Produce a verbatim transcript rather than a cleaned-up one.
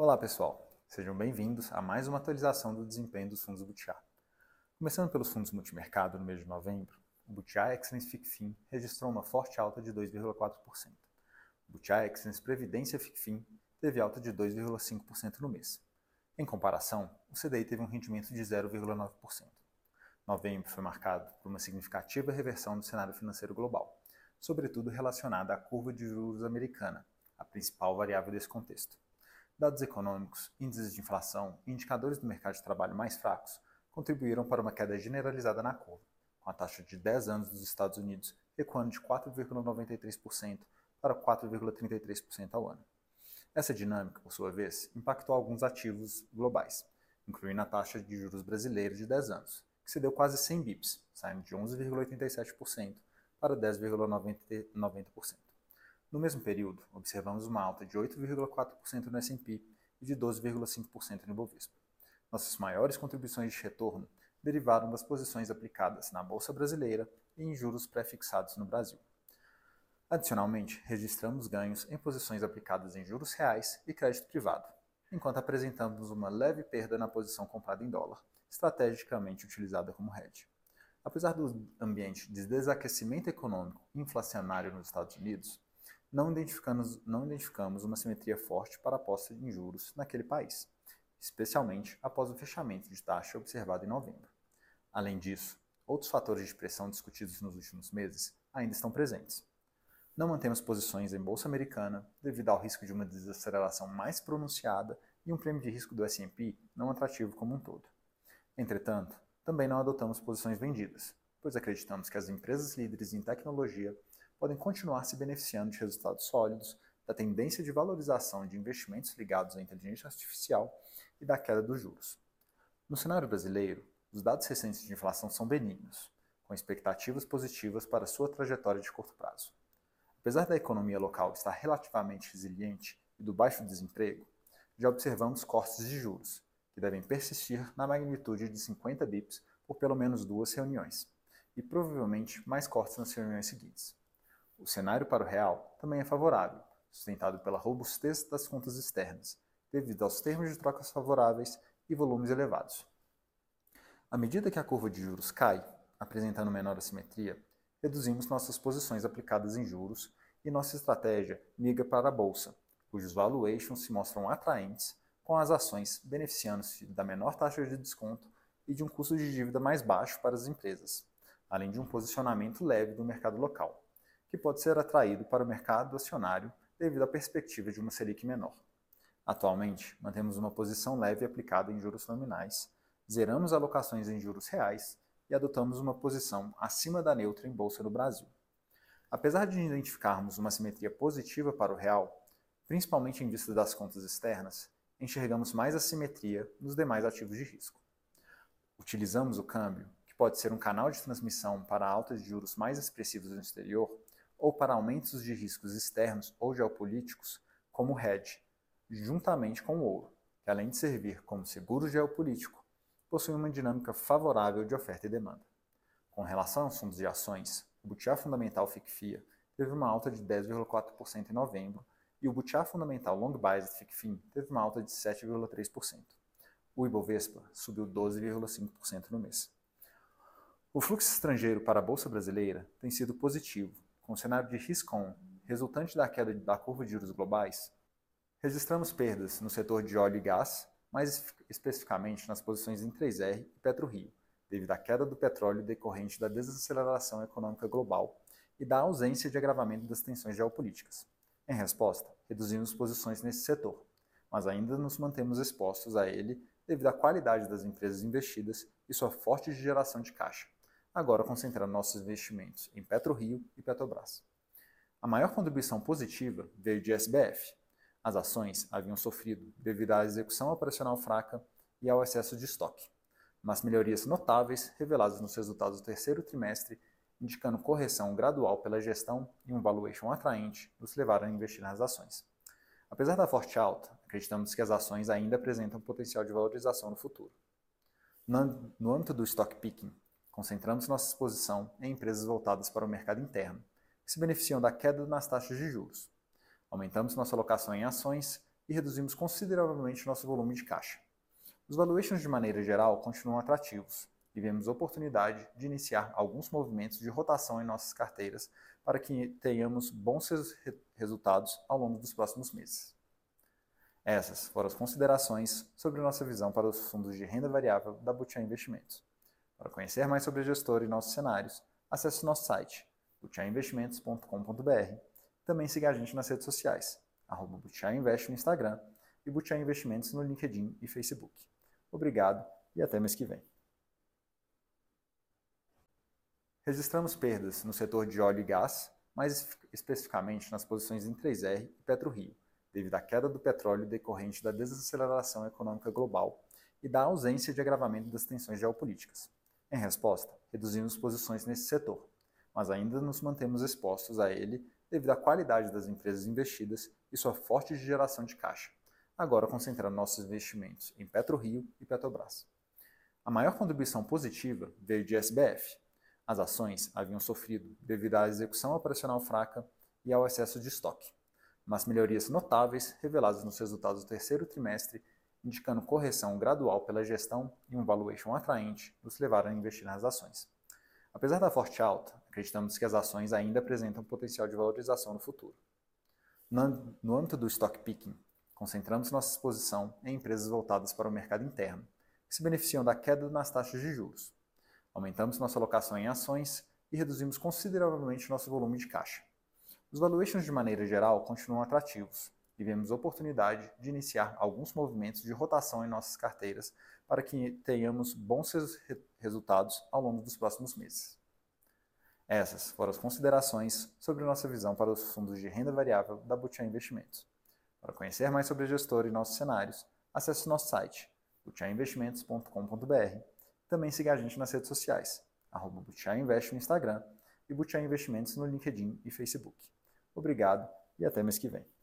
Olá pessoal, sejam bem-vindos a mais uma atualização do desempenho dos fundos Butiá. Começando pelos fundos multimercado no mês de novembro, o Butiá Excellence Ficfin registrou uma forte alta de dois vírgula quatro por cento. O Butiá Excellence Previdência Ficfin teve alta de dois vírgula cinco por cento no mês. Em comparação, o C D I teve um rendimento de zero vírgula nove por cento. Novembro foi marcado por uma significativa reversão do cenário financeiro global, sobretudo relacionada à curva de juros americana, a principal variável desse contexto. Dados econômicos, índices de inflação e indicadores do mercado de trabalho mais fracos contribuíram para uma queda generalizada na curva, com a taxa de dez anos dos Estados Unidos recuando de quatro vírgula noventa e três por cento para quatro vírgula trinta e três por cento ao ano. Essa dinâmica, por sua vez, impactou alguns ativos globais, incluindo a taxa de juros brasileira de dez anos, que cedeu quase cem bips, saindo de onze vírgula oitenta e sete por cento para dez vírgula noventa por cento. No mesmo período, observamos uma alta de oito vírgula quatro por cento no S e P e de doze vírgula cinco por cento no Ibovespa. Nossas maiores contribuições de retorno derivaram das posições aplicadas na Bolsa Brasileira e em juros pré-fixados no Brasil. Adicionalmente, registramos ganhos em posições aplicadas em juros reais e crédito privado, enquanto apresentamos uma leve perda na posição comprada em dólar, estrategicamente utilizada como hedge. Apesar do ambiente de desaquecimento econômico e inflacionário nos Estados Unidos, Não identificamos, não identificamos uma simetria forte para a aposta em juros naquele país, especialmente após o fechamento de taxa observado em novembro. Além disso, outros fatores de pressão discutidos nos últimos meses ainda estão presentes. Não mantemos posições em bolsa americana devido ao risco de uma desaceleração mais pronunciada e um prêmio de risco do S e P não atrativo como um todo. Entretanto, também não adotamos posições vendidas, pois acreditamos que as empresas líderes em tecnologia podem continuar se beneficiando de resultados sólidos, da tendência de valorização de investimentos ligados à inteligência artificial e da queda dos juros. No cenário brasileiro, os dados recentes de inflação são benignos, com expectativas positivas para sua trajetória de curto prazo. Apesar da economia local estar relativamente resiliente e do baixo desemprego, já observamos cortes de juros, que devem persistir na magnitude de cinquenta bips por pelo menos duas reuniões, e provavelmente mais cortes nas reuniões seguintes. O cenário para o real também é favorável, sustentado pela robustez das contas externas, devido aos termos de trocas favoráveis e volumes elevados. À medida que a curva de juros cai, apresentando menor assimetria, reduzimos nossas posições aplicadas em juros e nossa estratégia migra para a bolsa, cujos valuations se mostram atraentes, com as ações beneficiando-se da menor taxa de desconto e de um custo de dívida mais baixo para as empresas, além de um posicionamento leve do mercado local, que pode ser atraído para o mercado acionário devido à perspectiva de uma Selic menor. Atualmente, mantemos uma posição leve aplicada em juros nominais, zeramos alocações em juros reais e adotamos uma posição acima da neutra em Bolsa no Brasil. Apesar de identificarmos uma simetria positiva para o real, principalmente em vista das contas externas, enxergamos mais assimetria nos demais ativos de risco. Utilizamos o câmbio, que pode ser um canal de transmissão para altas de juros mais expressivos no exterior, ou para aumentos de riscos externos ou geopolíticos, como o hedge, juntamente com o ouro, que além de servir como seguro geopolítico, possui uma dinâmica favorável de oferta e demanda. Com relação aos fundos de ações, o Butiá Fundamental Ficfia teve uma alta de dez vírgula quatro por cento em novembro e o Butiá Fundamental Long Biased Ficfin teve uma alta de sete vírgula três por cento. O Ibovespa subiu doze vírgula cinco por cento no mês. O fluxo estrangeiro para a Bolsa Brasileira tem sido positivo, com o cenário de risk-on resultante da queda da curva de juros globais. Registramos perdas no setor de óleo e gás, mais especificamente nas posições em três R e PetroRio, devido à queda do petróleo decorrente da desaceleração econômica global e da ausência de agravamento das tensões geopolíticas. Em resposta, reduzimos posições nesse setor, mas ainda nos mantemos expostos a ele devido à qualidade das empresas investidas e sua forte geração de caixa, agora concentrando nossos investimentos em PetroRio e Petrobras. A maior contribuição positiva veio de S B F. As ações haviam sofrido devido à execução operacional fraca e ao excesso de estoque, mas melhorias notáveis reveladas nos resultados do terceiro trimestre, indicando correção gradual pela gestão e um valuation atraente, nos levaram a investir nas ações. Apesar da forte alta, acreditamos que as ações ainda apresentam potencial de valorização no futuro. No âmbito do stock picking, concentramos nossa exposição em empresas voltadas para o mercado interno, que se beneficiam da queda nas taxas de juros. Aumentamos nossa alocação em ações, e reduzimos consideravelmente nosso volume de caixa. Os valuations de maneira geral continuam atrativos e vemos oportunidade de iniciar alguns movimentos de rotação em nossas carteiras para que tenhamos bons res resultados ao longo dos próximos meses. Essas foram as considerações sobre nossa visão para os fundos de renda variável da Butiá Investimentos. Para conhecer mais sobre a gestora e nossos cenários, acesse nosso site butiá investimentos ponto com ponto br. Também siga a gente nas redes sociais, arroba Butiá Invest no Instagram e Butiá Investimentos no LinkedIn e Facebook. Obrigado e até mês que vem. Registramos perdas no setor de óleo e gás, mais especificamente nas posições em três R e PetroRio, devido à queda do petróleo decorrente da desaceleração econômica global e da ausência de agravamento das tensões geopolíticas. Em resposta, reduzimos posições nesse setor, mas ainda nos mantemos expostos a ele devido à qualidade das empresas investidas e sua forte geração de caixa, agora concentrando nossos investimentos em PetroRio e Petrobras. A maior contribuição positiva veio de S B F. As ações haviam sofrido devido à execução operacional fraca e ao excesso de estoque, mas melhorias notáveis reveladas nos resultados do terceiro trimestre, indicando correção gradual pela gestão e um valuation atraente, nos levaram a investir nas ações. Apesar da forte alta, acreditamos que as ações ainda apresentam potencial de valorização no futuro. No, no âmbito do stock picking, concentramos nossa exposição em empresas voltadas para o mercado interno, que se beneficiam da queda nas taxas de juros. Aumentamos nossa alocação em ações e reduzimos consideravelmente nosso volume de caixa. Os valuations de maneira geral continuam atrativos e vemos oportunidade de iniciar alguns movimentos de rotação em nossas carteiras para que tenhamos bons res resultados ao longo dos próximos meses. Essas foram as considerações sobre nossa visão para os fundos de renda variável da Butiá Investimentos. Para conhecer mais sobre a gestora e nossos cenários, acesse nosso site butiá investimentos ponto com ponto br. Também siga a gente nas redes sociais, arroba Butiá Invest no Instagram e Butiá Investimentos no LinkedIn e Facebook. Obrigado e até mês que vem.